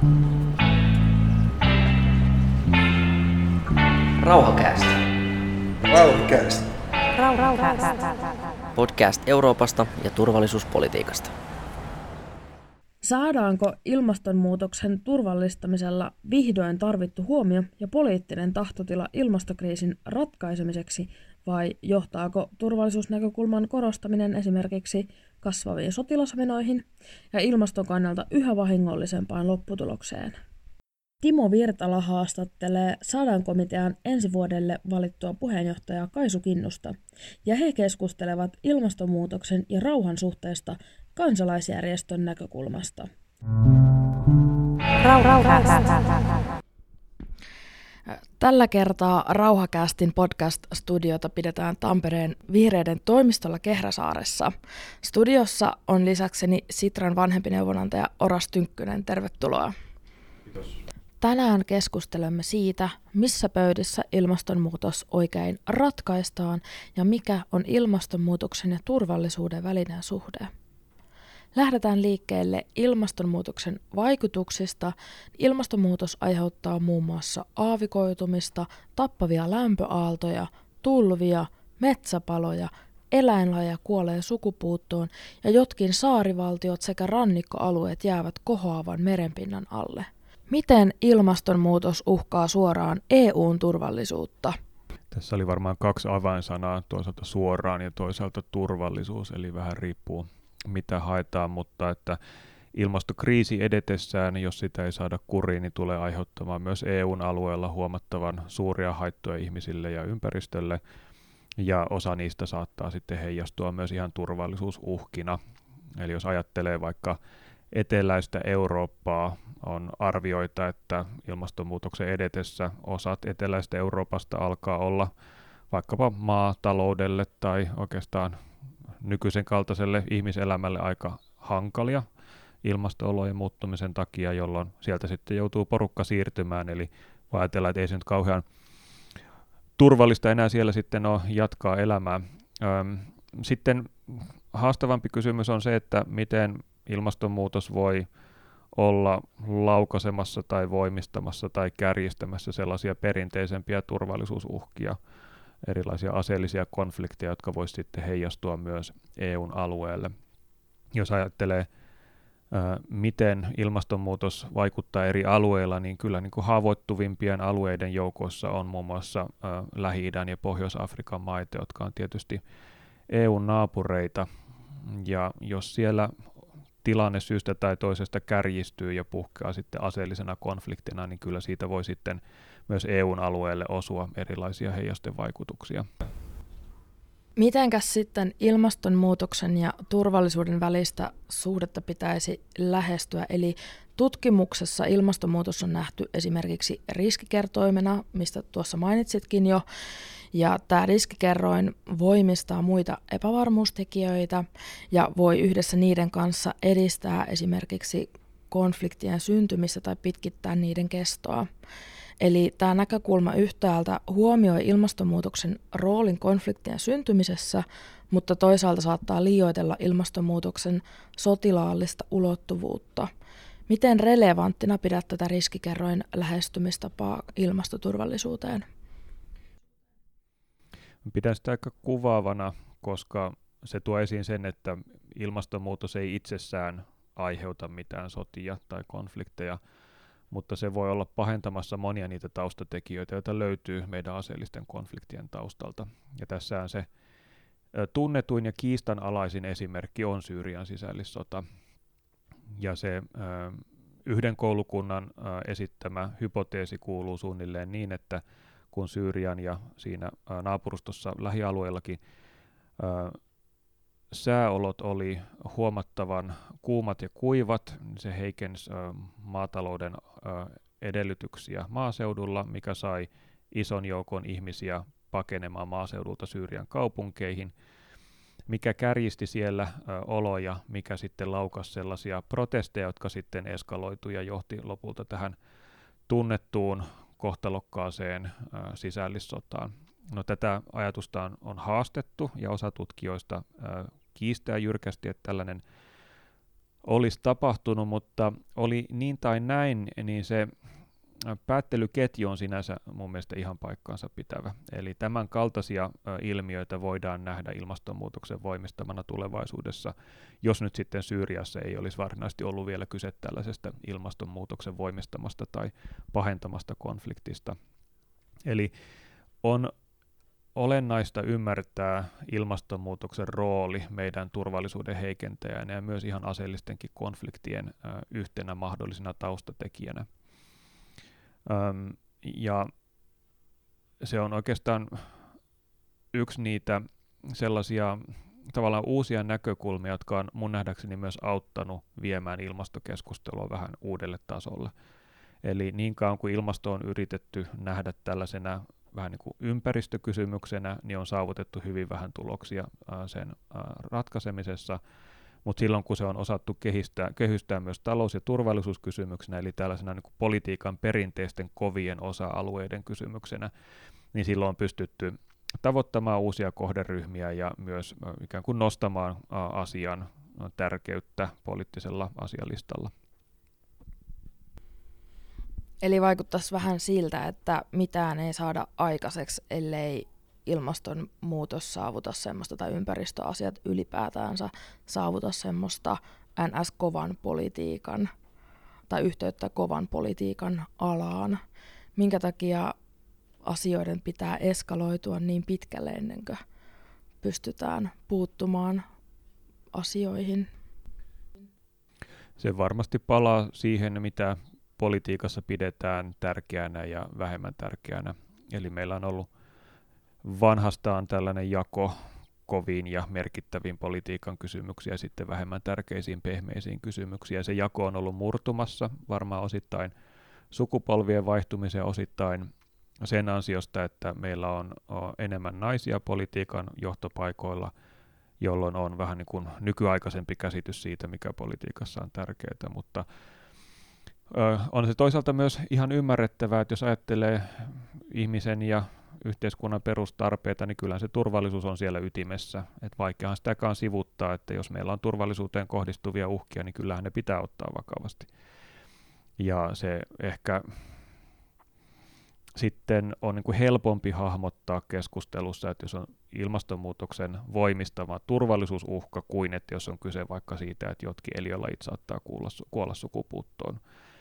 Rauhakäästä. Rauhakäästä. Podcast Euroopasta ja turvallisuuspolitiikasta. Saadaanko ilmastonmuutoksen turvallistamisella vihdoin tarvittu huomio ja poliittinen tahtotila ilmastokriisin ratkaisemiseksi vai johtaako turvallisuusnäkökulman korostaminen esimerkiksi kasvaviin sotilasmenoihin ja ilmaston kannalta yhä vahingollisempaan lopputulokseen? Timo Virtala haastattelee Sadan komitean ensi vuodelle valittua puheenjohtajaa Kaisu Kinnusta, ja he keskustelevat ilmastonmuutoksen ja rauhan suhteesta kansalaisjärjestön näkökulmasta. Tällä kertaa Rauhakäästin podcast-studiota pidetään Tampereen Vihreiden toimistolla Kehräsaaressa. Studiossa on lisäkseni Sitran vanhempi neuvonantaja Oras Tynkkynen. Tervetuloa. Kiitos. Tänään keskustelemme siitä, missä pöydissä ilmastonmuutos oikein ratkaistaan ja mikä on ilmastonmuutoksen ja turvallisuuden välinen suhde. Lähdetään liikkeelle ilmastonmuutoksen vaikutuksista. Ilmastonmuutos aiheuttaa muun muassa aavikoitumista, tappavia lämpöaaltoja, tulvia, metsäpaloja, eläinlajeja kuolee sukupuuttoon ja jotkin saarivaltiot sekä rannikkoalueet jäävät kohoavan merenpinnan alle. Miten ilmastonmuutos uhkaa suoraan EU:n turvallisuutta? Tässä oli varmaan kaksi avainsanaa, toisaalta suoraan ja toisaalta turvallisuus, eli vähän riippuu mitä haetaan, mutta että ilmastokriisi edetessään, jos sitä ei saada kuriin, niin tulee aiheuttamaan myös EU:n alueella huomattavan suuria haittoja ihmisille ja ympäristölle, ja osa niistä saattaa sitten heijastua myös ihan turvallisuusuhkina. Eli jos ajattelee vaikka eteläistä Eurooppaa, on arvioita, että ilmastonmuutoksen edetessä osat eteläistä Euroopasta alkaa olla vaikkapa maataloudelle tai oikeastaan nykyisen kaltaiselle ihmiselämälle aika hankalia ilmasto-olojen muuttumisen takia, jolloin sieltä sitten joutuu porukka siirtymään, eli voi ajatella, että ei se nyt kauhean turvallista enää siellä sitten ole jatkaa elämää. Sitten haastavampi kysymys on se, että miten ilmastonmuutos voi olla laukaisemassa tai voimistamassa tai kärjistämässä sellaisia perinteisempiä turvallisuusuhkia, erilaisia aseellisia konflikteja, jotka voisivat sitten heijastua myös EU:n alueelle. Jos ajattelee, miten ilmastonmuutos vaikuttaa eri alueilla, niin kyllä niin kuin haavoittuvimpien alueiden joukossa on muun muassa Lähi-idän ja Pohjois-Afrikan maita, jotka on tietysti EU:n naapureita, ja jos siellä tilanne syystä tai toisesta kärjistyy ja puhkeaa sitten aseellisena konfliktina, niin kyllä siitä voi sitten myös EU:n alueelle osua erilaisia heijastevaikutuksia. Mitenkäs sitten ilmastonmuutoksen ja turvallisuuden välistä suhdetta pitäisi lähestyä? Eli tutkimuksessa ilmastonmuutos on nähty esimerkiksi riskikertoimena, mistä tuossa mainitsitkin jo, ja tämä riskikerroin voimistaa muita epävarmuustekijöitä ja voi yhdessä niiden kanssa edistää esimerkiksi konfliktien syntymistä tai pitkittää niiden kestoa. Eli tämä näkökulma yhtäältä huomioi ilmastonmuutoksen roolin konfliktien syntymisessä, mutta toisaalta saattaa liioitella ilmastonmuutoksen sotilaallista ulottuvuutta. Miten relevanttina pidät tätä riskikerroin lähestymistapaa ilmastoturvallisuuteen? Pidän sitä aika kuvaavana, koska se tuo esiin sen, että ilmastonmuutos ei itsessään aiheuta mitään sotia tai konflikteja, mutta se voi olla pahentamassa monia niitä taustatekijöitä, joita löytyy meidän aseellisten konfliktien taustalta. Ja tässähän se tunnetuin ja kiistanalaisin esimerkki on Syyrian sisällissota. Ja se yhden koulukunnan esittämä hypoteesi kuuluu suunnilleen niin, että kun Syyrian ja siinä naapurustossa lähialueillakin sääolot oli huomattavan kuumat ja kuivat, niin se heikensi maatalouden edellytyksiä maaseudulla, mikä sai ison joukon ihmisiä pakenemaan maaseudulta Syyrian kaupunkeihin, mikä kärjisti siellä oloja, mikä sitten laukasi sellaisia protesteja, jotka sitten eskaloitui ja johti lopulta tähän tunnettuun kohtalokkaaseen sisällissotaan. No, tätä ajatusta on haastettu ja osa tutkijoista kiistää jyrkästi, että tällainen olisi tapahtunut, mutta oli niin tai näin, niin se päättelyketju on sinänsä mun mielestä ihan paikkaansa pitävä. Eli tämän kaltaisia ilmiöitä voidaan nähdä ilmastonmuutoksen voimistamana tulevaisuudessa, jos nyt sitten Syyriassa ei olisi varsinaisesti ollut vielä kyse tällaisesta ilmastonmuutoksen voimistamasta tai pahentamasta konfliktista. Eli on olennaista ymmärtää ilmastonmuutoksen rooli meidän turvallisuuden heikentäjänä ja myös ihan aseellistenkin konfliktien yhtenä mahdollisena taustatekijänä. Ja se on oikeastaan yksi niitä sellaisia tavallaan uusia näkökulmia, jotka on mun nähdäkseni myös auttanut viemään ilmastokeskustelua vähän uudelle tasolle. Eli niin kauan kuin ilmasto on yritetty nähdä tällaisena vähän niin kuin ympäristökysymyksenä, niin on saavutettu hyvin vähän tuloksia sen ratkaisemisessa. Mutta silloin, kun se on osattu kehystää myös talous- ja turvallisuuskysymyksenä, eli tällaisena niin kuin politiikan perinteisten kovien osa-alueiden kysymyksenä, niin silloin on pystytty tavoittamaan uusia kohderyhmiä ja myös ikään kuin nostamaan asian tärkeyttä poliittisella asialistalla. Eli vaikuttaisi vähän siltä, että mitään ei saada aikaiseksi, ellei ilmastonmuutos saavuta semmoista tai ympäristöasiat ylipäätäänsä saavuta semmoista NS-kovan politiikan tai yhteyttä kovan politiikan alaan. Minkä takia asioiden pitää eskaloitua niin pitkälle ennen kuin pystytään puuttumaan asioihin? Se varmasti palaa siihen, mitä politiikassa pidetään tärkeänä ja vähemmän tärkeänä. Eli meillä on ollut vanhastaan tällainen jako koviin ja merkittäviin politiikan kysymyksiä ja sitten vähemmän tärkeisiin pehmeisiin kysymyksiin. Ja se jako on ollut murtumassa varmaan osittain sukupolvien vaihtumisen, osittain sen ansiosta, että meillä on enemmän naisia politiikan johtopaikoilla, jolloin on vähän niin kuin nykyaikaisempi käsitys siitä, mikä politiikassa on tärkeää, mutta on se toisaalta myös ihan ymmärrettävää, että jos ajattelee ihmisen ja yhteiskunnan perustarpeita, niin kyllä se turvallisuus on siellä ytimessä. Et vaikeahan sitäkään sivuttaa, että jos meillä on turvallisuuteen kohdistuvia uhkia, niin kyllähän ne pitää ottaa vakavasti. Ja se ehkä sitten on niin kuin helpompi hahmottaa keskustelussa, että jos on ilmastonmuutoksen voimistava turvallisuusuhka, kuin että jos on kyse vaikka siitä, että jotkin eliölajit saattaa kuolla sukupuuttoon.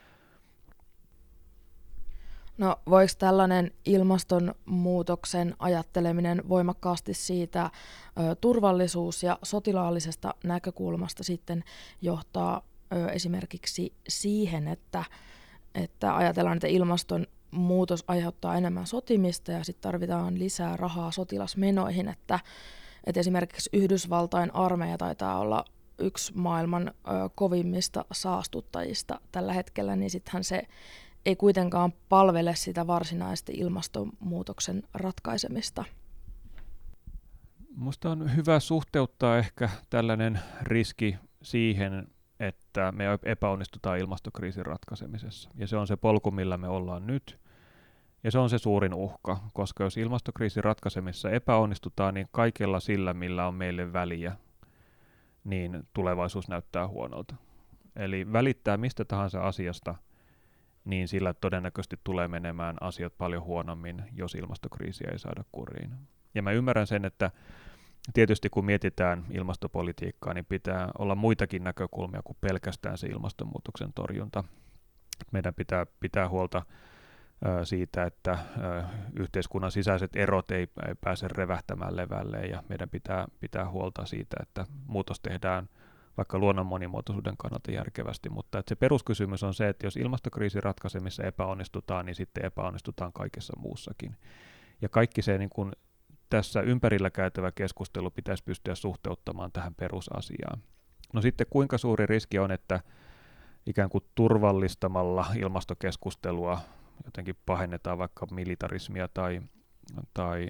No voiko tällainen ilmastonmuutoksen ajatteleminen voimakkaasti siitä turvallisuus- ja sotilaallisesta näkökulmasta sitten johtaa esimerkiksi siihen, että ajatellaan, että ilmastonmuutos aiheuttaa enemmän sotimista ja sitten tarvitaan lisää rahaa sotilasmenoihin, että esimerkiksi Yhdysvaltain armeija taitaa olla yksi maailman kovimmista saastuttajista tällä hetkellä, niin sittenhän se ei kuitenkaan palvele sitä varsinaisesti ilmastonmuutoksen ratkaisemista. Minusta on hyvä suhteuttaa ehkä tällainen riski siihen, että me epäonnistutaan ilmastokriisin ratkaisemisessa. Ja se on se polku, millä me ollaan nyt. Ja se on se suurin uhka, koska jos ilmastokriisin ratkaisemisessa epäonnistutaan, niin kaikella sillä, millä on meille väliä, niin tulevaisuus näyttää huonolta. Eli välittää mistä tahansa asiasta, niin sillä todennäköisesti tulee menemään asiat paljon huonommin, jos ilmastokriisiä ei saada kuriin. Ja mä ymmärrän sen, että tietysti kun mietitään ilmastopolitiikkaa, niin pitää olla muitakin näkökulmia kuin pelkästään se ilmastonmuutoksen torjunta. Meidän pitää pitää huolta siitä, että yhteiskunnan sisäiset erot ei pääse revähtämään levälleen, ja meidän pitää huolta siitä, että muutos tehdään vaikka luonnon monimuotoisuuden kannalta järkevästi, mutta että se peruskysymys on se, että jos ilmastokriisin ratkaisemissa epäonnistutaan, niin sitten epäonnistutaan kaikessa muussakin. Ja kaikki se niin kuin tässä ympärillä käytävä keskustelu pitäisi pystyä suhteuttamaan tähän perusasiaan. No sitten kuinka suuri riski on, että ikään kuin turvallistamalla ilmastokeskustelua jotenkin pahennetaan vaikka militarismia tai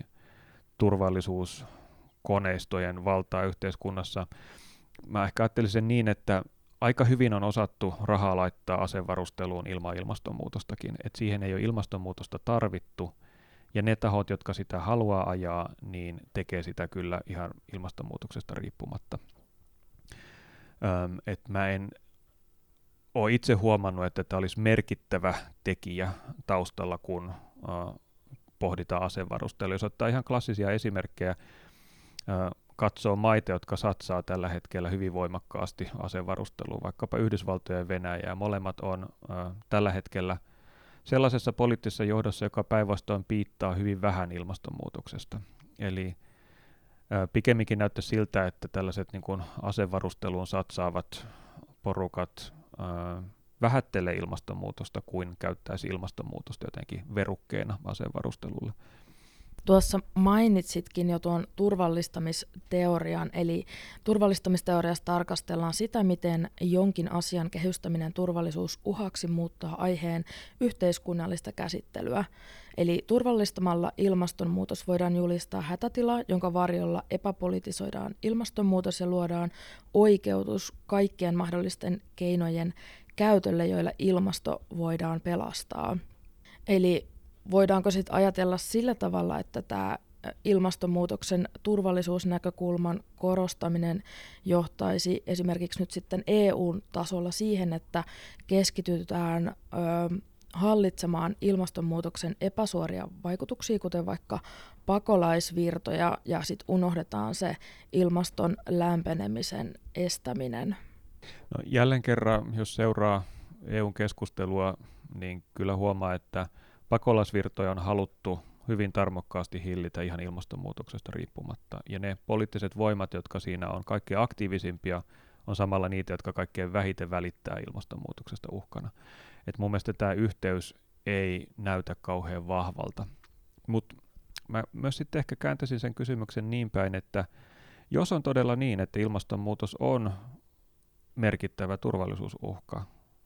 turvallisuuskoneistojen valtaa yhteiskunnassa. Mä ehkä ajattelisin sen niin, että aika hyvin on osattu rahaa laittaa asevarusteluun ilman ilmastonmuutostakin, että siihen ei ole ilmastonmuutosta tarvittu, ja ne tahot, jotka sitä haluaa ajaa, niin tekee sitä kyllä ihan ilmastonmuutoksesta riippumatta. Et mä en ole itse huomannut, että tämä olisi merkittävä tekijä taustalla, kun pohditaan asevarustelua. Jos ottaa ihan klassisia esimerkkejä, katsoo maita, jotka satsaa tällä hetkellä hyvin voimakkaasti asevarusteluun, vaikkapa Yhdysvaltoja ja Venäjää. Molemmat on tällä hetkellä sellaisessa poliittisessa johdossa, joka päinvastoin piittaa hyvin vähän ilmastonmuutoksesta. Eli pikemminkin näyttää siltä, että tällaiset niin kuin asevarusteluun satsaavat porukat vähättelee ilmastonmuutosta kuin käyttäisi ilmastonmuutosta jotenkin verukkeena asevarustelulle. Tuossa mainitsitkin jo tuon turvallistamisteorian, eli turvallistamisteoriassa tarkastellaan sitä, miten jonkin asian kehystäminen turvallisuusuhaksi muuttaa aiheen yhteiskunnallista käsittelyä. Eli turvallistamalla ilmastonmuutos voidaan julistaa hätätila, jonka varjolla epäpolitisoidaan ilmastonmuutos ja luodaan oikeutus kaikkien mahdollisten keinojen käytölle, joilla ilmasto voidaan pelastaa. Eli voidaanko sitten ajatella sillä tavalla, että tämä ilmastonmuutoksen turvallisuusnäkökulman korostaminen johtaisi esimerkiksi nyt sitten EU-tasolla siihen, että keskitytään hallitsemaan ilmastonmuutoksen epäsuoria vaikutuksia, kuten vaikka pakolaisvirtoja, ja sitten unohdetaan se ilmaston lämpenemisen estäminen? No, jälleen kerran, jos seuraa EUn keskustelua, niin kyllä huomaa, että pakolaisvirtoja on haluttu hyvin tarmokkaasti hillitä ihan ilmastonmuutoksesta riippumatta. Ja ne poliittiset voimat, jotka siinä on kaikkein aktiivisimpia, on samalla niitä, jotka kaikkein vähiten välittää ilmastonmuutoksesta uhkana. Et mun mielestä tämä yhteys ei näytä kauhean vahvalta. Mutta mä myös sitten ehkä kääntäisin sen kysymyksen niin päin, että jos on todella niin, että ilmastonmuutos on merkittävä turvallisuusuhka,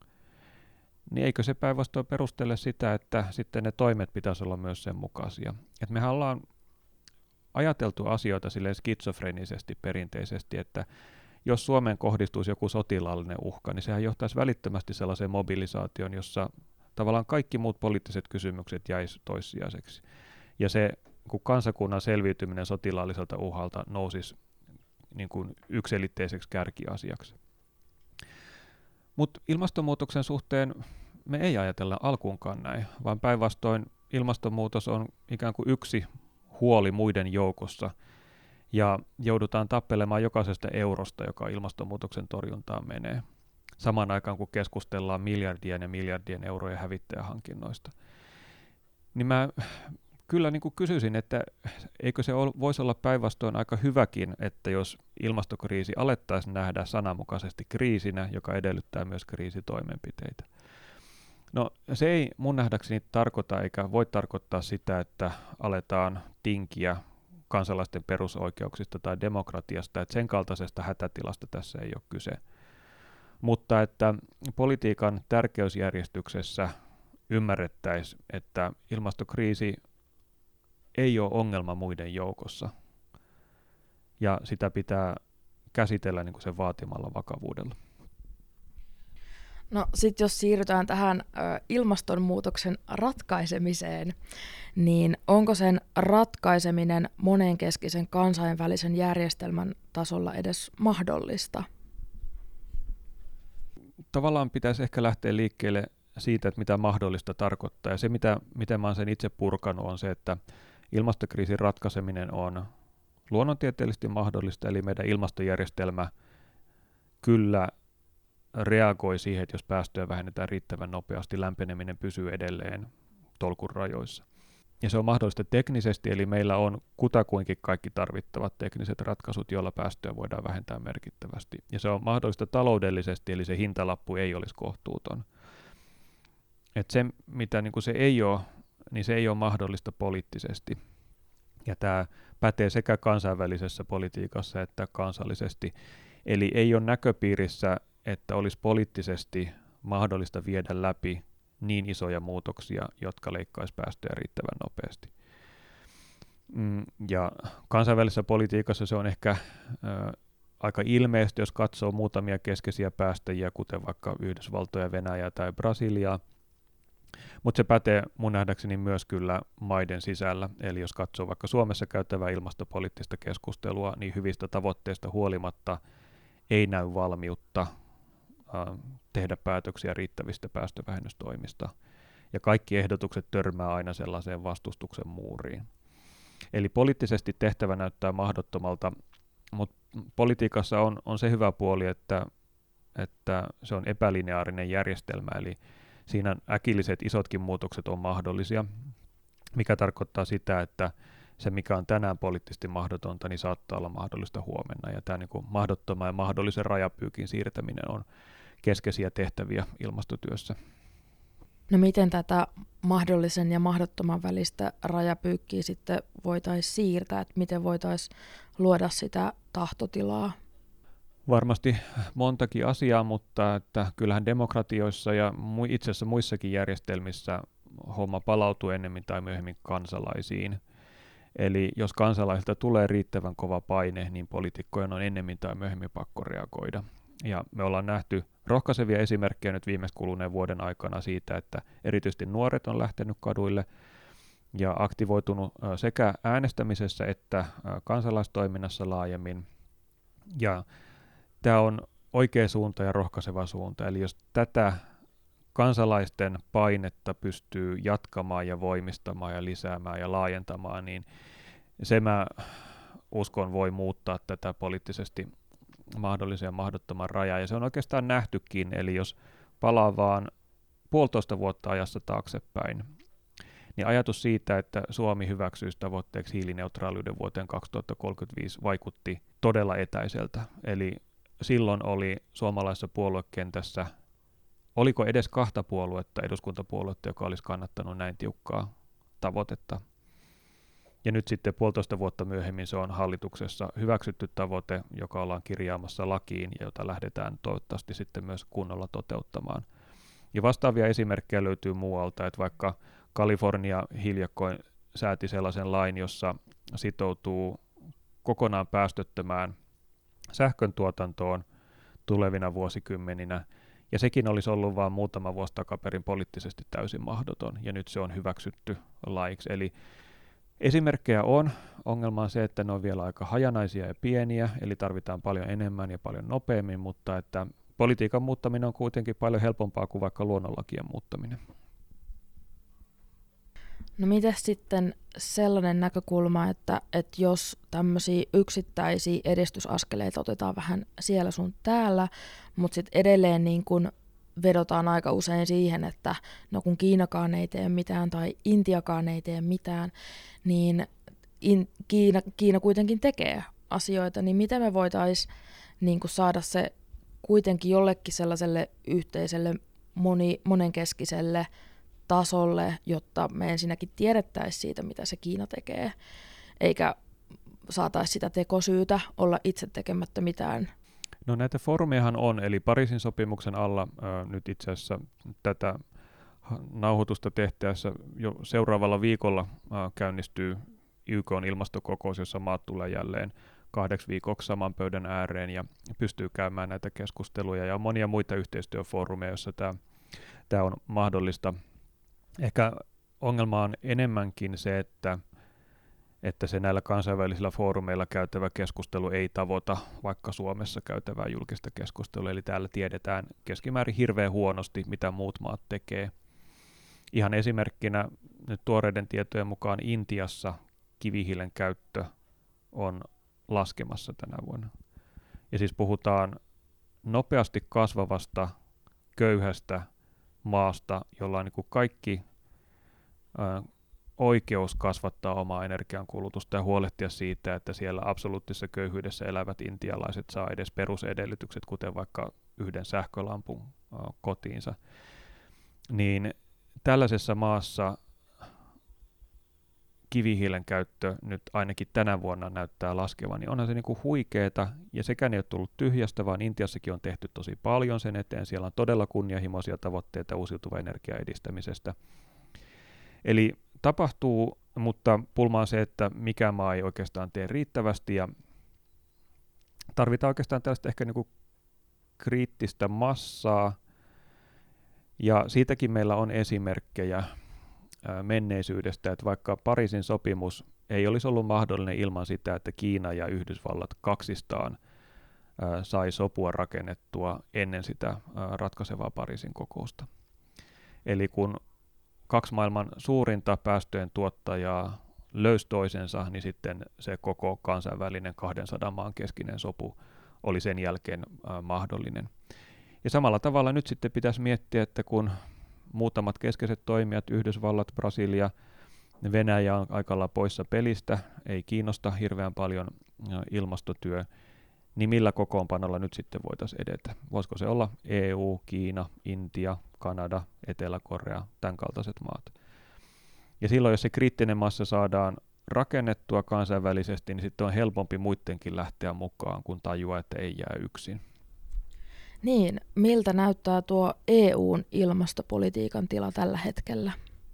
niin eikö se päinvastoin perustele sitä, että sitten ne toimet pitäisi olla myös sen mukaisia. Et mehän ollaan ajateltu asioita silleen skitsofrenisesti perinteisesti, että jos Suomeen kohdistuisi joku sotilaallinen uhka, niin sehän johtaisi välittömästi sellaiseen mobilisaatioon, jossa tavallaan kaikki muut poliittiset kysymykset jäisi toissijaiseksi. Ja se kun kansakunnan selviytyminen sotilaalliselta uhalta nousisi niin kuin yksilitteiseksi kärkiasiaksi. Mutta ilmastonmuutoksen suhteen me ei ajatella alkuunkaan näin, vaan päinvastoin ilmastonmuutos on ikään kuin yksi huoli muiden joukossa, ja joudutaan tappelemaan jokaisesta eurosta, joka ilmastonmuutoksen torjuntaan menee, samaan aikaan kun keskustellaan miljardien ja miljardien eurojen hävittäjähankinnoista. Niin mä kyllä niin kuin kysyisin, että eikö se voisi olla päinvastoin aika hyväkin, että jos ilmastokriisi alettaisiin nähdä sananmukaisesti kriisinä, joka edellyttää myös kriisitoimenpiteitä. No se ei mun nähdäkseni tarkoita eikä voi tarkoittaa sitä, että aletaan tinkiä kansalaisten perusoikeuksista tai demokratiasta, että sen kaltaisesta hätätilasta tässä ei ole kyse. Mutta että politiikan tärkeysjärjestyksessä ymmärrettäisiin, että ilmastokriisi ei ole ongelma muiden joukossa, ja sitä pitää käsitellä niin kuin sen vaatimalla vakavuudella. No sitten jos siirrytään tähän ilmastonmuutoksen ratkaisemiseen, niin onko sen ratkaiseminen monenkeskisen kansainvälisen järjestelmän tasolla edes mahdollista? Tavallaan pitäisi ehkä lähteä liikkeelle siitä, että mitä mahdollista tarkoittaa. Ja se, miten mä oon sen itse purkanut, on se, että ilmastokriisin ratkaiseminen on luonnontieteellisesti mahdollista, eli meidän ilmastojärjestelmä kyllä reagoi siihen, että jos päästöjä vähennetään riittävän nopeasti, lämpeneminen pysyy edelleen tolkun rajoissa. Ja se on mahdollista teknisesti, eli meillä on kutakuinkin kaikki tarvittavat tekniset ratkaisut, joilla päästöjä voidaan vähentää merkittävästi. Ja se on mahdollista taloudellisesti, eli se hintalappu ei olisi kohtuuton. Et se, mitä niin kuin se ei ole, niin se ei ole mahdollista poliittisesti. Ja tämä pätee sekä kansainvälisessä politiikassa että kansallisesti. Eli ei ole näköpiirissä, että olisi poliittisesti mahdollista viedä läpi niin isoja muutoksia, jotka leikkaisi päästöjä riittävän nopeasti. Ja kansainvälisessä politiikassa se on ehkä aika ilmeistä, jos katsoo muutamia keskeisiä päästäjiä, kuten vaikka Yhdysvaltoja, Venäjää tai Brasiliaa. Mutta se pätee mun nähdäkseni myös kyllä maiden sisällä. Eli jos katsoo vaikka Suomessa käytävää ilmastopoliittista keskustelua, niin hyvistä tavoitteista huolimatta ei näy valmiutta tehdä päätöksiä riittävistä päästövähennystoimista. Ja kaikki ehdotukset törmää aina sellaiseen vastustuksen muuriin. Eli poliittisesti tehtävä näyttää mahdottomalta, mutta politiikassa on se hyvä puoli, että se on epälineaarinen järjestelmä, eli siinä äkilliset isotkin muutokset on mahdollisia, mikä tarkoittaa sitä, että se, mikä on tänään poliittisesti mahdotonta, niin saattaa olla mahdollista huomenna. Ja tämä niin kuin mahdottoman ja mahdollisen rajapyykin siirtäminen on keskeisiä tehtäviä ilmastotyössä. No miten tätä mahdollisen ja mahdottoman välistä rajapyykkiä sitten voitaisiin siirtää, että miten voitaisiin luoda sitä tahtotilaa? Varmasti montakin asiaa, mutta että kyllähän demokratioissa ja itse asiassa muissakin järjestelmissä homma palautuu ennemmin tai myöhemmin kansalaisiin. Eli jos kansalaisilta tulee riittävän kova paine, niin poliitikkojen on ennemmin tai myöhemmin pakko reagoida. Ja me ollaan nähty rohkaisevia esimerkkejä nyt viimeksi kuluneen vuoden aikana siitä, että erityisesti nuoret on lähtenyt kaduille ja aktivoitunut sekä äänestämisessä että kansalaistoiminnassa laajemmin. Ja tämä on oikea suunta ja rohkaiseva suunta. Eli jos tätä kansalaisten painetta pystyy jatkamaan ja voimistamaan ja lisäämään ja laajentamaan, niin se mä uskon voi muuttaa tätä poliittisesti mahdollisen ja mahdottoman rajaa. Ja se on oikeastaan nähtykin, eli jos palaa vaan 1,5 vuotta ajassa taaksepäin, niin ajatus siitä, että Suomi hyväksyisi tavoitteeksi hiilineutraaliuden vuoteen 2035 vaikutti todella etäiseltä. Eli silloin oli suomalaisessa puoluekentässä, oliko edes 2 puoluetta, eduskuntapuoluetta, joka olisi kannattanut näin tiukkaa tavoitetta. Ja nyt sitten 1,5 vuotta myöhemmin se on hallituksessa hyväksytty tavoite, joka ollaan kirjaamassa lakiin ja jota lähdetään toivottavasti sitten myös kunnolla toteuttamaan. Ja vastaavia esimerkkejä löytyy muualta, että vaikka Kalifornia hiljakkoin sääti sellaisen lain, jossa sitoutuu kokonaan päästöttömään sähkön tuotantoon tulevina vuosikymmeninä, ja sekin olisi ollut vain muutama vuosi takaperin poliittisesti täysin mahdoton, ja nyt se on hyväksytty laiksi. Eli esimerkkejä on. Ongelma on se, että ne on vielä aika hajanaisia ja pieniä, eli tarvitaan paljon enemmän ja paljon nopeammin, mutta että politiikan muuttaminen on kuitenkin paljon helpompaa kuin vaikka luonnonlakien muuttaminen. No miten sitten sellainen näkökulma, että jos tämmöisiä yksittäisiä edistysaskeleita otetaan vähän siellä sun täällä, mutta sitten edelleen niin kun vedotaan aika usein siihen, että no kun Kiinakaan ei tee mitään tai Intiakaan ei tee mitään, niin Kiina kuitenkin tekee asioita, niin miten me voitaisiin niin kun saada se kuitenkin jollekin sellaiselle yhteiselle monenkeskiselle tasolle, jotta me ensinnäkin tiedettäisiin siitä, mitä se Kiina tekee, eikä saataisi sitä tekosyytä olla itse tekemättä mitään. No näitä foorumejahan on, eli Pariisin sopimuksen alla nyt itse asiassa tätä nauhoitusta tehtäessä jo seuraavalla viikolla käynnistyy YK:n ilmastokokous, jossa maat tulee jälleen 2 viikoksi saman pöydän ääreen ja pystyy käymään näitä keskusteluja ja on monia muita yhteistyöfoorumeja, joissa tämä on mahdollista. Ehkä ongelma on enemmänkin se, että se näillä kansainvälisillä foorumeilla käytävä keskustelu ei tavoita vaikka Suomessa käytävää julkista keskustelua, eli täällä tiedetään keskimäärin hirveän huonosti, mitä muut maat tekee. Ihan esimerkkinä nyt tuoreiden tietojen mukaan Intiassa kivihiilen käyttö on laskemassa tänä vuonna. Ja siis puhutaan nopeasti kasvavasta, köyhästä maasta, jolla on niin kuin kaikki oikeus kasvattaa omaa energiankulutusta ja huolehtia siitä, että siellä absoluuttisessa köyhyydessä elävät intialaiset saa edes perusedellytykset, kuten vaikka yhden sähkölampun kotiinsa. Niin tällaisessa maassa kivihiilen käyttö nyt ainakin tänä vuonna näyttää laskevan, niin onhan se niin kuin huikeeta, ja sekään ei ole tullut tyhjästä, vaan Intiassakin on tehty tosi paljon sen eteen. Siellä on todella kunnianhimoisia tavoitteita uusiutuvan energian edistämisestä. Eli tapahtuu, mutta pulma on se, että mikä maa ei oikeastaan tee riittävästi, ja tarvitaan oikeastaan tällaista ehkä niin kuin kriittistä massaa, ja siitäkin meillä on esimerkkejä menneisyydestä, että vaikka Pariisin sopimus ei olisi ollut mahdollinen ilman sitä, että Kiina ja Yhdysvallat kaksistaan sai sopua rakennettua ennen sitä ratkaisevaa Pariisin kokousta. Eli kun kaksi maailman suurinta päästöjen tuottajaa löysi toisensa, niin sitten se koko kansainvälinen 200 maan keskinen sopu oli sen jälkeen mahdollinen. Ja samalla tavalla nyt sitten pitäisi miettiä, että kun muutamat keskeiset toimijat, Yhdysvallat, Brasilia, Venäjä on aika lailla poissa pelistä, ei kiinnosta hirveän paljon ilmastotyö, niin millä kokoonpanolla nyt sitten voitaisiin edetä? Voisiko se olla EU, Kiina, Intia, Kanada, Etelä-Korea, tämän kaltaiset maat? Ja silloin, jos se kriittinen massa saadaan rakennettua kansainvälisesti, niin sitten on helpompi muidenkin lähteä mukaan, kun tajuaa, että ei jää yksin. Niin, miltä näyttää tuo EUn ilmastopolitiikan tila tällä hetkellä?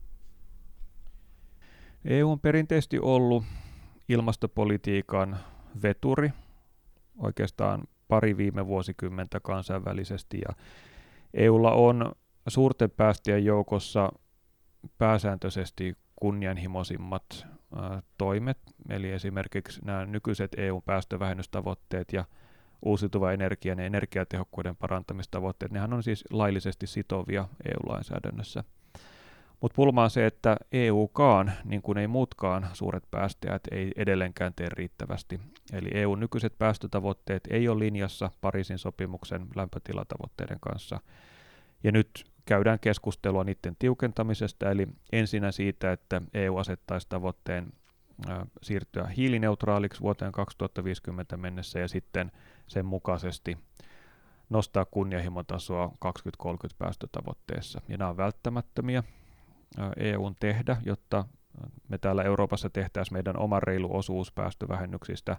EU on perinteisesti ollut ilmastopolitiikan veturi, oikeastaan pari viime vuosikymmentä kansainvälisesti, ja EUlla on suurten päästöjen joukossa pääsääntöisesti kunnianhimoisimmat toimet, eli esimerkiksi nämä nykyiset EUn päästövähennystavoitteet ja uusiutuvan energian ja energiatehokkuuden parantamistavoitteet, nehän on siis laillisesti sitovia EU-lainsäädännössä. Mutta pulma on se, että EUkaan, niin kuin ei muutkaan suuret päästäjät, ei edelleenkään tee riittävästi. Eli EUn nykyiset päästötavoitteet ei ole linjassa Pariisin sopimuksen lämpötilatavoitteiden kanssa. Ja nyt käydään keskustelua niiden tiukentamisesta, eli ensinnä siitä, että EU asettaisi tavoitteen siirtyä hiilineutraaliksi vuoteen 2050 mennessä ja sitten sen mukaisesti nostaa kunnianhimotasoa 2030 päästötavoitteessa. Ja nämä on välttämättömiä EUn tehdä, jotta me täällä Euroopassa tehtäisiin meidän oma reilu osuus päästövähennyksistä.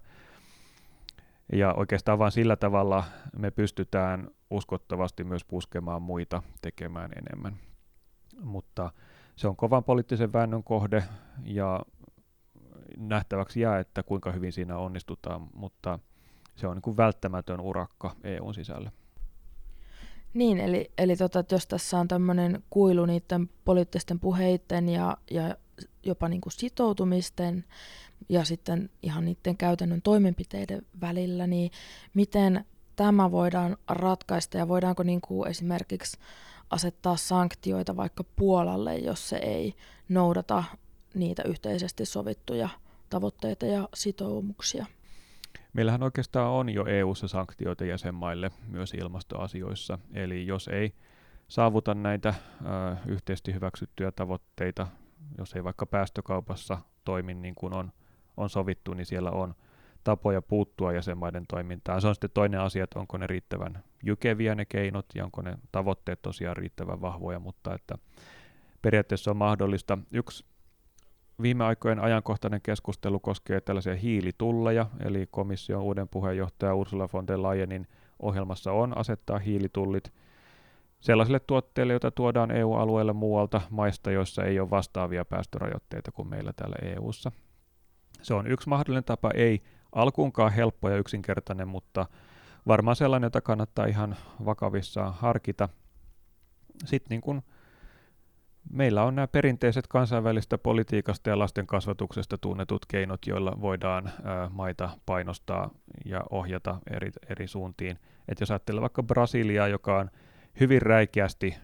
Ja oikeastaan vain sillä tavalla me pystytään uskottavasti myös puskemaan muita tekemään enemmän. Mutta se on kovan poliittisen väännön kohde ja nähtäväksi jää, että kuinka hyvin siinä onnistutaan, mutta se on niin kuin välttämätön urakka EUn sisällä. Niin, eli jos tässä on tämmöinen kuilu niiden poliittisten puheiden ja jopa niin kuin sitoutumisten ja sitten ihan niiden käytännön toimenpiteiden välillä, niin miten tämä voidaan ratkaista ja voidaanko niin kuin esimerkiksi asettaa sanktioita vaikka Puolalle, jos se ei noudata niitä yhteisesti sovittuja tavoitteita ja sitoumuksia? Meillähän oikeastaan on jo EU:ssa sanktioita jäsenmaille myös ilmastoasioissa, eli jos ei saavuta näitä yhteisesti hyväksyttyjä tavoitteita, jos ei vaikka päästökaupassa toimi niin kuin on sovittu, niin siellä on tapoja puuttua jäsenmaiden toimintaan. Se on sitten toinen asia, että onko ne riittävän jykeviä ne keinot ja onko ne tavoitteet tosiaan riittävän vahvoja, mutta että periaatteessa on mahdollista. Yksi viime aikojen ajankohtainen keskustelu koskee tällaisia hiilitulleja, eli komission uuden puheenjohtaja Ursula von der Leyenin ohjelmassa on asettaa hiilitullit sellaisille tuotteille, joita tuodaan EU-alueelle muualta maista, joissa ei ole vastaavia päästörajoitteita kuin meillä täällä EU:ssa. Se on yksi mahdollinen tapa, ei alkuunkaan helppo ja yksinkertainen, mutta varmaan sellainen, jota kannattaa ihan vakavissaan harkita. Sitten niin kuin meillä on nämä perinteiset kansainvälistä politiikasta ja lasten kasvatuksesta tunnetut keinot, joilla voidaan maita painostaa ja ohjata eri suuntiin. Et jos ajattelee vaikka Brasiliaa, joka on hyvin räikeästi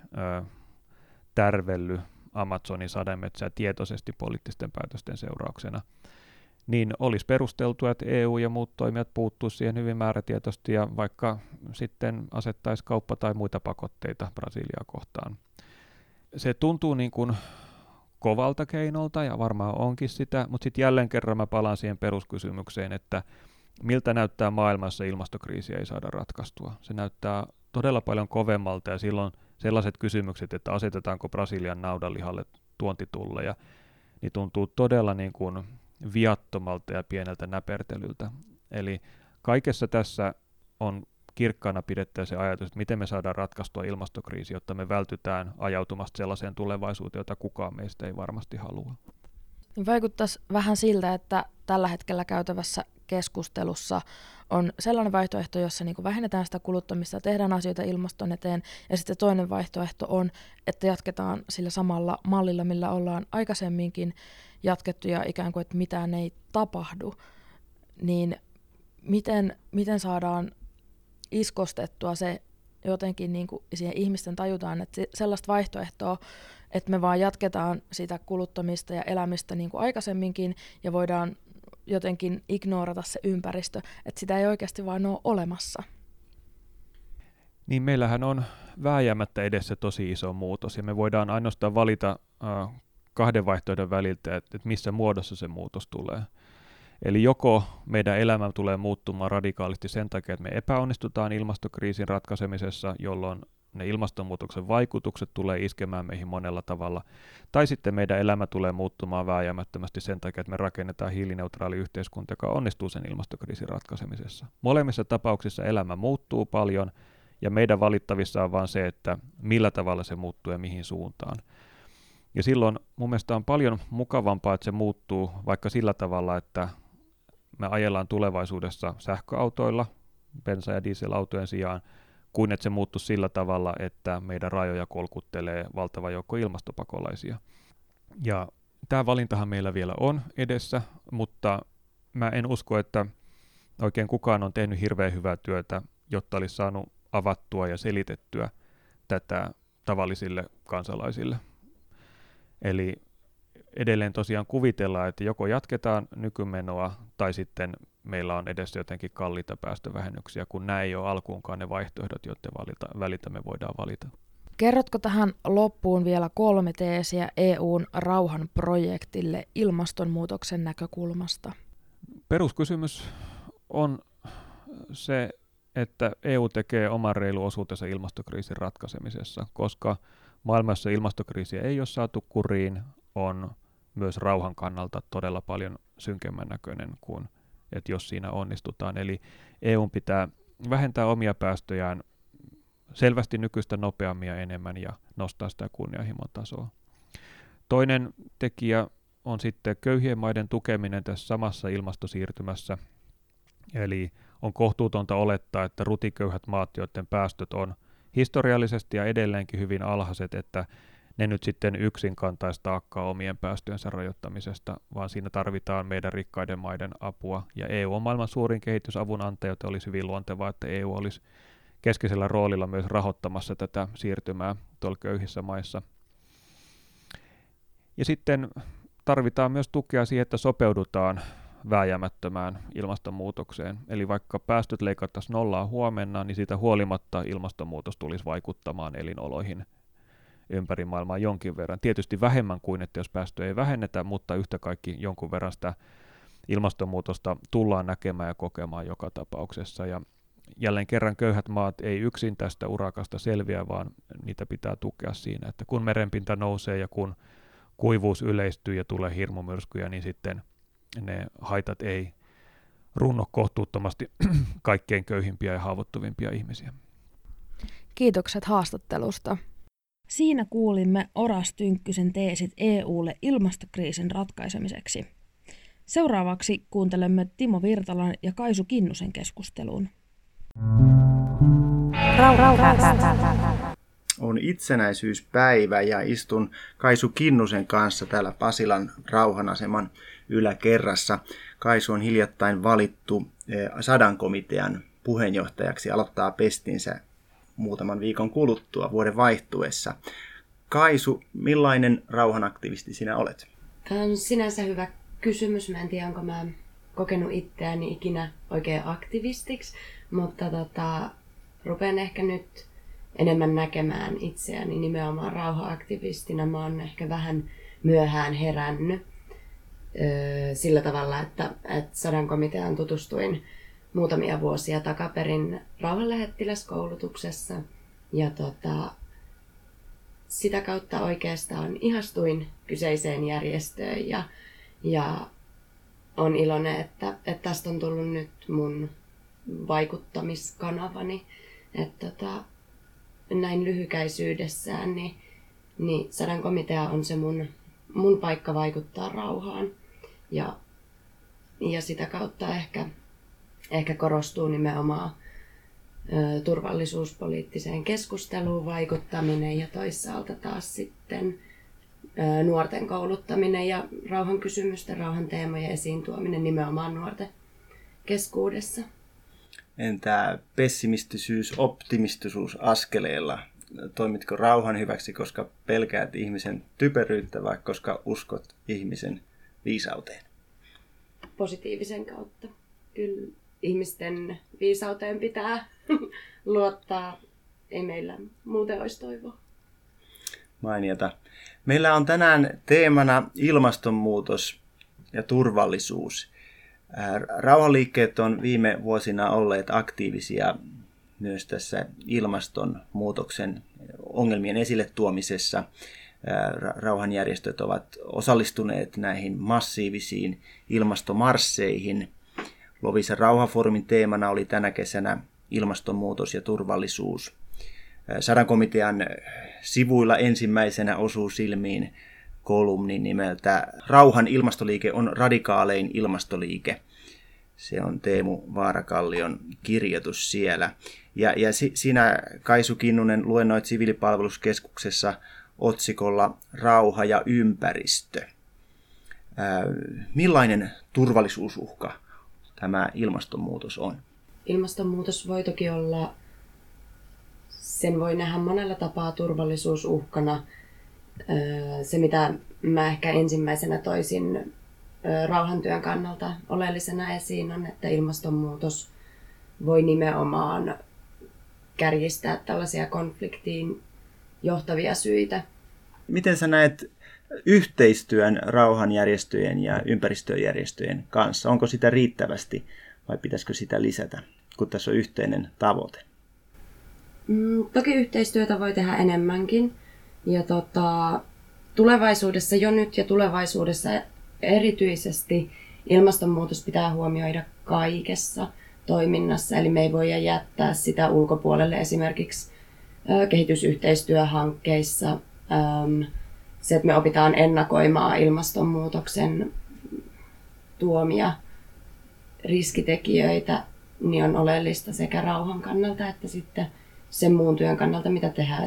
tärvellyt Amazonin sademetsää tietoisesti poliittisten päätösten seurauksena, niin olisi perusteltua, että EU ja muut toimijat puuttuisivat siihen hyvin määrätietoisesti ja vaikka sitten asettaisi kauppa- tai muita pakotteita Brasiliaa kohtaan. Se tuntuu niin kuin kovalta keinolta ja varmaan onkin sitä, mutta sitten jälleen kerran mä palaan siihen peruskysymykseen, että miltä näyttää maailmassa ilmastokriisiä ei saada ratkaistua. Se näyttää todella paljon kovemmalta ja silloin sellaiset kysymykset, että asetetaanko Brasilian naudanlihalle tuontitulleja, niin tuntuu todella niin kuin viattomalta ja pieneltä näpertelyltä. Eli kaikessa tässä on kirkkaana pidettävä se ajatus, että miten me saadaan ratkaistua ilmastokriisi, jotta me vältytään ajautumasta sellaiseen tulevaisuuteen, jota kukaan meistä ei varmasti halua. Vaikuttaisi vähän siltä, että tällä hetkellä käytävässä keskustelussa on sellainen vaihtoehto, jossa niin kuin vähennetään sitä kuluttamista, tehdään asioita ilmaston eteen, ja sitten toinen vaihtoehto on, että jatketaan sillä samalla mallilla, millä ollaan aikaisemminkin jatkettu, ja ikään kuin, että mitään ei tapahdu. Niin miten saadaan iskostettua se jotenkin niin kuin siihen ihmisten tajutaan, että sellaista vaihtoehtoa, että me vaan jatketaan sitä kuluttamista ja elämistä niin kuin aikaisemminkin ja voidaan jotenkin ignorata se ympäristö, että sitä ei oikeasti vaan ole olemassa. Niin meillähän on vääjäämättä edessä tosi iso muutos ja me voidaan ainoastaan valita kahden vaihtoehdon väliltä, että missä muodossa se muutos tulee. Eli joko meidän elämä tulee muuttumaan radikaalisti sen takia, että me epäonnistutaan ilmastokriisin ratkaisemisessa, jolloin ne ilmastonmuutoksen vaikutukset tulee iskemään meihin monella tavalla, tai sitten meidän elämä tulee muuttumaan vääjäämättömästi sen takia, että me rakennetaan hiilineutraali yhteiskunta, joka onnistuu sen ilmastokriisin ratkaisemisessa. Molemmissa tapauksissa elämä muuttuu paljon, ja meidän valittavissa on vaan se, että millä tavalla se muuttuu ja mihin suuntaan. Ja silloin mun mielestä on paljon mukavampaa, että se muuttuu vaikka sillä tavalla, että me ajellaan tulevaisuudessa sähköautoilla, bensa- ja dieselautojen sijaan, kuin että se muuttuu sillä tavalla, että meidän rajoja kolkuttelee valtava joukko ilmastopakolaisia. Ja tämä valintahan meillä vielä on edessä, mutta mä en usko, että oikein kukaan on tehnyt hirveän hyvää työtä, jotta olisi saanut avattua ja selitettyä tätä tavallisille kansalaisille. Eli edelleen tosiaan kuvitellaan, että joko jatketaan nykymenoa tai sitten meillä on edessä jotenkin kalliita päästövähennyksiä, kun nämä ei ole alkuunkaan ne vaihtoehdot, joiden välitä me voidaan valita. Kerrotko tähän loppuun vielä 3 teesiä EUn rauhanprojektille ilmastonmuutoksen näkökulmasta? Peruskysymys on se, että EU tekee oman reilu osuutensa ilmastokriisin ratkaisemisessa, koska maailmassa ilmastokriisiä ei ole saatu kuriin, on myös rauhan kannalta todella paljon synkemmän näköinen kuin, että jos siinä onnistutaan. Eli EUn pitää vähentää omia päästöjään selvästi nykyistä nopeammin ja enemmän ja nostaa sitä kunnianhimon tasoa. Toinen tekijä on sitten köyhien maiden tukeminen tässä samassa ilmastosiirtymässä. Eli on kohtuutonta olettaa, että rutiköyhät maat, joiden päästöt on historiallisesti ja edelleenkin hyvin alhaiset, että ne nyt sitten yksin kantaisi taakkaa omien päästöjensä rajoittamisesta, vaan siinä tarvitaan meidän rikkaiden maiden apua. Ja EU on maailman suurin kehitysavun antaja, joten olisi hyvin luontevaa, että EU olisi keskeisellä roolilla myös rahoittamassa tätä siirtymää tuolla köyhissä maissa. Ja sitten tarvitaan myös tukea siihen, että sopeudutaan vääjäämättömään ilmastonmuutokseen. Eli vaikka päästöt leikattaisiin nollaan huomenna, niin siitä huolimatta ilmastonmuutos tulisi vaikuttamaan elinoloihin ympäri maailmaa jonkin verran. Tietysti vähemmän kuin, että jos päästöjä ei vähennetä, mutta yhtä kaikki jonkun verran sitä ilmastonmuutosta tullaan näkemään ja kokemaan joka tapauksessa. Ja jälleen kerran köyhät maat ei yksin tästä urakasta selviä, vaan niitä pitää tukea siinä, että kun merenpinta nousee ja kun kuivuus yleistyy ja tulee hirmumyrskyjä, niin sitten ne haitat ei runno kohtuuttomasti kaikkein köyhimpiä ja haavoittuvimpia ihmisiä. Kiitokset haastattelusta. Siinä kuulimme Oras Tynkkysen teesit EUlle ilmastokriisin ratkaisemiseksi. Seuraavaksi kuuntelemme Timo Virtalan ja Kaisu Kinnusen keskusteluun. On itsenäisyyspäivä ja istun Kaisu Kinnusen kanssa täällä Pasilan rauhanaseman yläkerrassa. Kaisu on hiljattain valittu Sadan komitean puheenjohtajaksi, aloittaa pestinsä muutaman viikon kuluttua vuoden vaihtuessa. Kaisu, millainen rauhanaktivisti sinä olet? Tämä on sinänsä hyvä kysymys. Mä en tiedä, onko mä kokenut itseäni ikinä oikein aktivistiksi, mutta rupean ehkä nyt enemmän näkemään itseäni nimenomaan rauha-aktivistina. Mä oon ehkä vähän myöhään herännyt sillä tavalla, että Sadan komiteaan tutustuin muutamia vuosia takaperin rauhanlähettiläskoulutuksessa. Ja sitä kautta oikeastaan ihastuin kyseiseen järjestöön ja on iloinen, että tästä on tullut nyt mun vaikuttamiskanavani. Että näin lyhykäisyydessään niin Sadan komitea on se mun paikka vaikuttaa rauhaan. Ja sitä kautta ehkä korostuu nimenomaan turvallisuuspoliittiseen keskusteluun vaikuttaminen ja toisaalta taas sitten nuorten kouluttaminen ja rauhan kysymysten, rauhan teemojen esiin tuominen nimenomaan nuorten keskuudessa. Entä pessimistisyys, optimistisuus askeleella? Toimitko rauhan hyväksi, koska pelkäät ihmisen typeryyttä vai koska uskot ihmisen viisauteen? Positiivisen kautta. Kyllä ihmisten viisauteen pitää luottaa. Ei meillä muuten olisi toivoa. Mainiota. Meillä on tänään teemana ilmastonmuutos ja turvallisuus. Rauhanliikkeet on viime vuosina olleet aktiivisia myös tässä ilmastonmuutoksen ongelmien esille tuomisessa. Rauhanjärjestöt ovat osallistuneet näihin massiivisiin ilmastomarsseihin. Loviisan rauhanfoorumin teemana oli tänä kesänä ilmastonmuutos ja turvallisuus. Sadankomitean sivuilla ensimmäisenä osuu silmiin kolumni nimeltä Rauhan ilmastoliike on radikaalein ilmastoliike. Se on Teemu Vaarakallion kirjoitus siellä. Ja sinä, Kaisu Kinnunen, luennoit Siviilipalveluskeskuksessa otsikolla Rauha ja ympäristö. Millainen turvallisuusuhka tämä ilmastonmuutos on? Ilmastonmuutos voi toki olla, sen voi nähdä monella tapaa turvallisuusuhkana. Se, mitä mä ehkä ensimmäisenä toisin rauhantyön kannalta oleellisena esiin, on, että ilmastonmuutos voi nimenomaan kärjistää tällaisia konfliktiin johtavia syitä. Miten sä näet yhteistyön rauhanjärjestöjen ja ympäristöjärjestöjen kanssa? Onko sitä riittävästi vai pitäisikö sitä lisätä, kun tässä on yhteinen tavoite? Toki yhteistyötä voi tehdä enemmänkin. Ja tulevaisuudessa jo nyt ja tulevaisuudessa erityisesti ilmastonmuutos pitää huomioida kaikessa toiminnassa. Eli me ei voi jättää sitä ulkopuolelle esimerkiksi kehitysyhteistyöhankkeissa. Se, että me opitaan ennakoimaan ilmastonmuutoksen tuomia riskitekijöitä, niin on oleellista sekä rauhan kannalta että sitten sen muun työn kannalta, mitä tehdään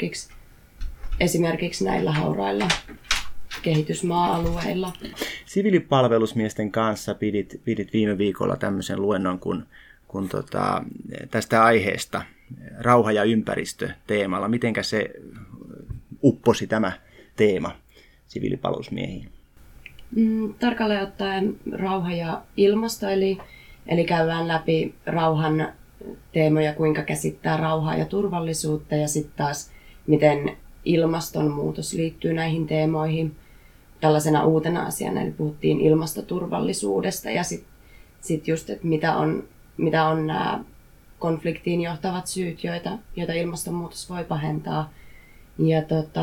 esimerkiksi näillä haurailla kehitysmaa-alueilla. Siviilipalvelusmiesten kanssa pidit viime viikolla tämmöisen luennon kun tästä aiheesta rauha ja ympäristö teemalla. Mitenkä se upposi tämä teema siviilipalvelusmiehiin? Tarkalleen ottaen rauha ja ilmasto, eli käydään läpi rauhan teemoja, kuinka käsittää rauhaa ja turvallisuutta ja sitten taas miten ilmastonmuutos liittyy näihin teemoihin tällaisena uutena asiana. Eli puhuttiin ilmastoturvallisuudesta ja sitten just, että mitä on nämä konfliktiin johtavat syyt, joita ilmastonmuutos voi pahentaa. Ja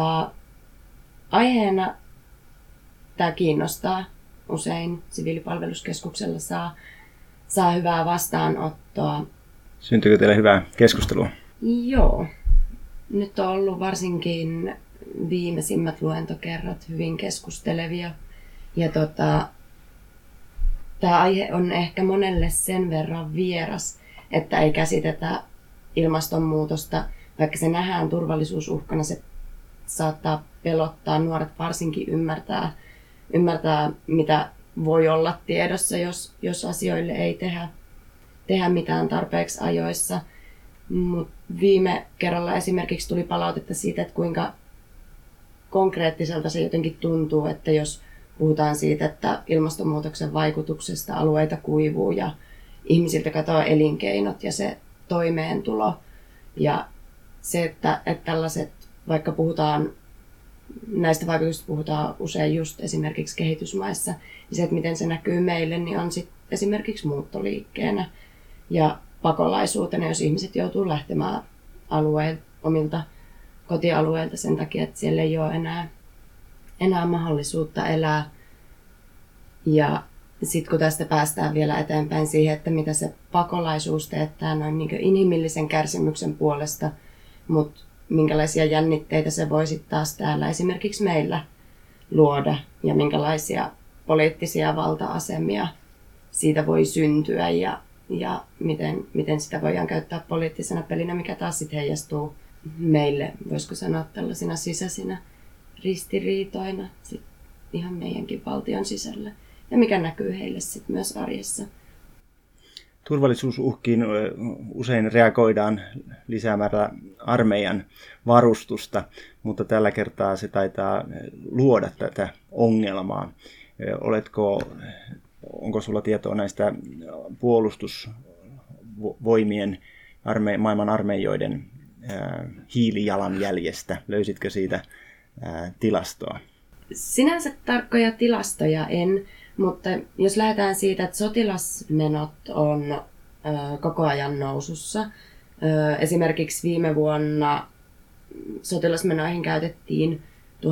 aiheena tämä kiinnostaa usein. Siviilipalveluskeskuksella saa hyvää vastaanottoa. Syntyykö teille hyvää keskustelua? Joo. Nyt on ollut varsinkin viimeisimmät luentokerrat hyvin keskustelevia. Ja tämä aihe on ehkä monelle sen verran vieras, että ei käsitetä ilmastonmuutosta. Vaikka se nähdään turvallisuusuhkana, se saattaa pelottaa. Nuoret varsinkin ymmärtää mitä voi olla tiedossa, jos asioille ei tehdä mitään tarpeeksi ajoissa. Mut viime kerralla esimerkiksi tuli palautetta siitä, että kuinka konkreettiselta se jotenkin tuntuu, että jos puhutaan siitä, että ilmastonmuutoksen vaikutuksesta alueita kuivuu ja ihmisiltä katoaa elinkeinot ja se toimeentulo. Ja se, että tällaiset, vaikka näistä vaikutuksista puhutaan usein just esimerkiksi kehitysmaissa, niin se, että miten se näkyy meille, niin on sit esimerkiksi muuttoliikkeenä ja pakolaisuutena, jos ihmiset joutuu lähtemään omilta kotialueilta sen takia, että siellä ei ole enää mahdollisuutta elää. Ja sitten kun tästä päästään vielä eteenpäin siihen, että mitä se pakolaisuus teettää noin niin kuin inhimillisen kärsimyksen puolesta, mutta minkälaisia jännitteitä se voi sitten taas täällä esimerkiksi meillä luoda ja minkälaisia poliittisia valta-asemia siitä voi syntyä ja miten sitä voidaan käyttää poliittisena pelinä, mikä taas sitten heijastuu meille, voisiko sanoa tällaisina sisäisinä ristiriitoina sit ihan meidänkin valtion sisällä ja mikä näkyy heille sitten myös arjessa. Turvallisuusuhkiin usein reagoidaan lisäämällä armeijan varustusta, mutta tällä kertaa se taitaa luoda tätä ongelmaa. Onko sulla tietoa näistä puolustusvoimien maailman armeijoiden hiilijalanjäljestä? Löysitkö siitä tilastoa? Sinänsä tarkkoja tilastoja en, mutta jos lähdetään siitä, että sotilasmenot on koko ajan nousussa. Esimerkiksi viime vuonna sotilasmenoihin käytettiin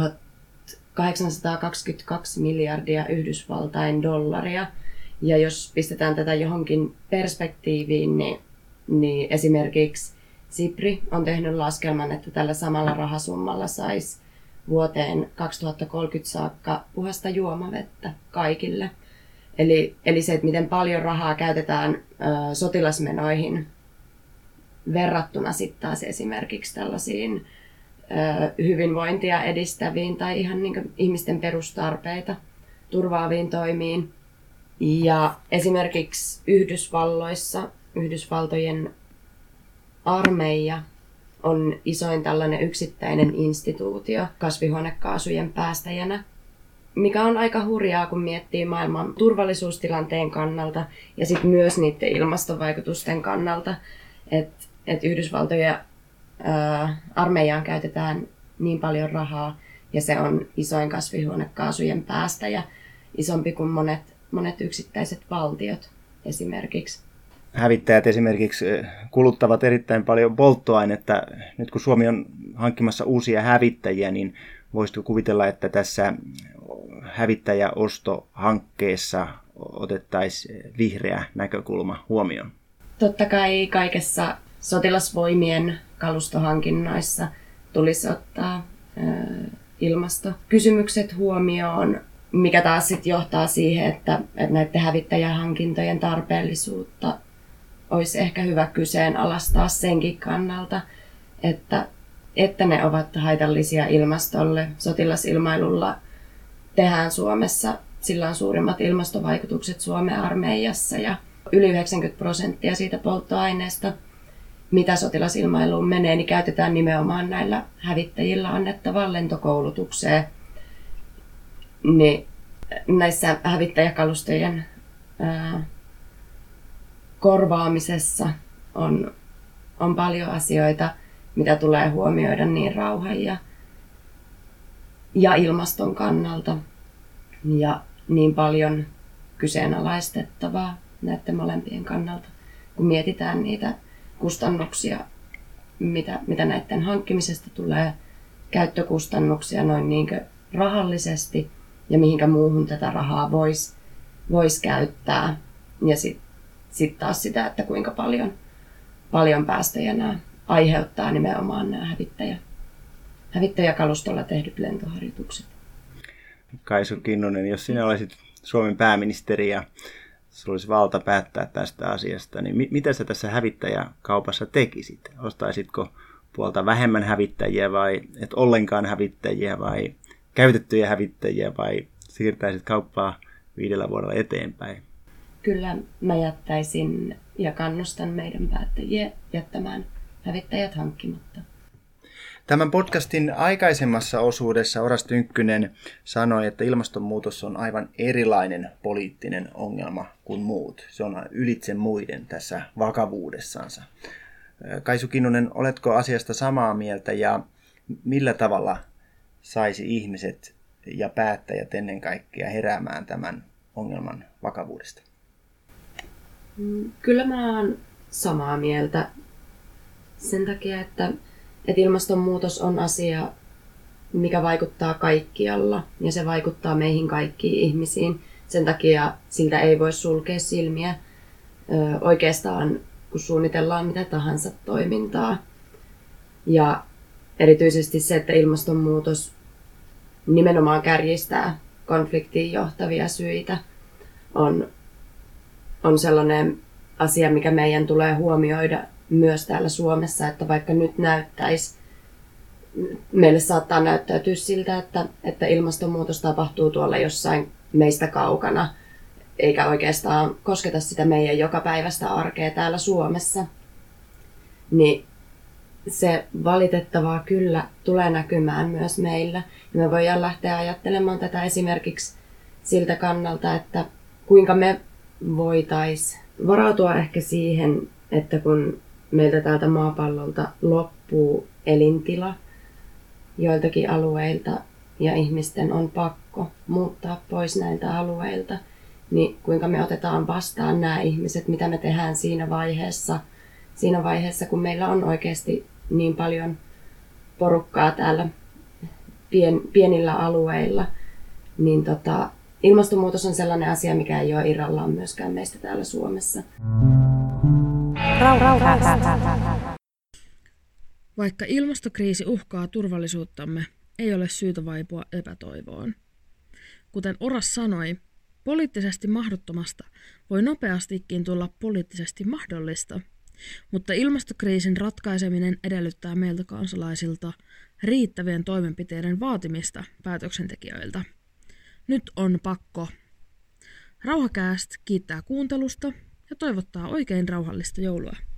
1822 miljardia Yhdysvaltain dollaria. Ja jos pistetään tätä johonkin perspektiiviin, niin esimerkiksi SIPRI on tehnyt laskelman, että tällä samalla rahasummalla saisi vuoteen 2030 saakka puhasta juomavettä kaikille. Eli se, että miten paljon rahaa käytetään sotilasmenoihin verrattuna sitten taas esimerkiksi tällaisiin hyvinvointia edistäviin tai ihan niin kuin ihmisten perustarpeita turvaaviin toimiin. Ja esimerkiksi Yhdysvaltojen armeija on isoin tällainen yksittäinen instituutio kasvihuonekaasujen päästäjänä, mikä on aika hurjaa, kun miettii maailman turvallisuustilanteen kannalta ja sitten myös niiden ilmastovaikutusten kannalta, että Yhdysvaltojen armeijaan käytetään niin paljon rahaa ja se on isoin kasvihuonekaasujen päästäjä, isompi kuin monet yksittäiset valtiot esimerkiksi. Hävittäjät esimerkiksi kuluttavat erittäin paljon polttoainetta. Nyt kun Suomi on hankkimassa uusia hävittäjiä, niin voisitko kuvitella, että tässä hävittäjäostohankkeessa otettaisiin vihreä näkökulma huomioon? Totta kai kaikessa sotilasvoimien kalustohankinnoissa tulisi ottaa ilmastokysymykset huomioon, mikä taas sitten johtaa siihen, että näiden hävittäjähankintojen tarpeellisuutta olisi ehkä hyvä kyseenalaistaa senkin kannalta, että ne ovat haitallisia ilmastolle. Sotilasilmailulla tehdään Suomessa, sillä on suurimmat ilmastovaikutukset Suomen armeijassa ja yli 90% siitä polttoaineesta, mitä sotilasilmailuun menee, niin käytetään nimenomaan näillä hävittäjillä annettavaan lentokoulutukseen. Niin näissä hävittäjäkalustojen korvaamisessa on paljon asioita, mitä tulee huomioida niin rauhan ja ilmaston kannalta. Ja niin paljon kyseenalaistettavaa näiden molempien kannalta, kun mietitään niitä kustannuksia, mitä näiden hankkimisesta tulee, käyttökustannuksia noin niin kuin rahallisesti ja mihinkä muuhun tätä rahaa voisi käyttää. Ja sitten taas sitä, että kuinka paljon päästöjä nämä aiheuttaa nimenomaan nämä hävittäjäkalustolla tehdyt lentoharjoitukset. Kaisu Kinnunen, jos sinä olisit Suomen pääministeri ja sinulla olisi valta päättää tästä asiasta, niin mitä sä tässä hävittäjäkaupassa tekisit? Ostaisitko puolta vähemmän hävittäjiä vai et ollenkaan hävittäjiä vai käytettyjä hävittäjiä vai siirtäisit kauppaa 5 vuodella eteenpäin? Kyllä mä jättäisin ja kannustan meidän päättäjiä jättämään hävittäjät hankkimatta. Tämän podcastin aikaisemmassa osuudessa Oras Tynkkynen sanoi, että ilmastonmuutos on aivan erilainen poliittinen ongelma kuin muut. Se on ylitse muiden tässä vakavuudessansa. Kaisu Kinnunen, oletko asiasta samaa mieltä ja millä tavalla saisi ihmiset ja päättäjät ennen kaikkea heräämään tämän ongelman vakavuudesta? Kyllä mä oon samaa mieltä sen takia, että ilmastonmuutos on asia, mikä vaikuttaa kaikkialla ja se vaikuttaa meihin kaikkiin ihmisiin. Sen takia siltä ei voi sulkea silmiä oikeastaan, kun suunnitellaan mitä tahansa toimintaa. Ja erityisesti se, että ilmastonmuutos nimenomaan kärjistää konfliktiin johtavia syitä, on sellainen asia, mikä meidän tulee huomioida myös täällä Suomessa, että vaikka nyt meille saattaa näyttäytyä siltä, että ilmastonmuutos tapahtuu tuolla jossain meistä kaukana eikä oikeastaan kosketa sitä meidän jokapäiväistä arkea täällä Suomessa, niin se valitettavaa kyllä tulee näkymään myös meillä. Ja me voidaan lähteä ajattelemaan tätä esimerkiksi siltä kannalta, että kuinka me voitaisiin varautua ehkä siihen, että kun meiltä täältä maapallolta loppuu elintila joiltakin alueilta ja ihmisten on pakko muuttaa pois näiltä alueilta, niin kuinka me otetaan vastaan nämä ihmiset, mitä me tehdään siinä vaiheessa, kun meillä on oikeasti niin paljon porukkaa täällä pienillä alueilla, niin ilmastonmuutos on sellainen asia, mikä ei ole irrallaan myöskään meistä täällä Suomessa. Vaikka ilmastokriisi uhkaa turvallisuuttamme, ei ole syytä vaipua epätoivoon. Kuten Oras sanoi, poliittisesti mahdottomasta voi nopeastikin tulla poliittisesti mahdollista, mutta ilmastokriisin ratkaiseminen edellyttää meiltä kansalaisilta riittävien toimenpiteiden vaatimista päätöksentekijöiltä. Nyt on pakko. Rauhacast kiittää kuuntelusta ja toivottaa oikein rauhallista joulua.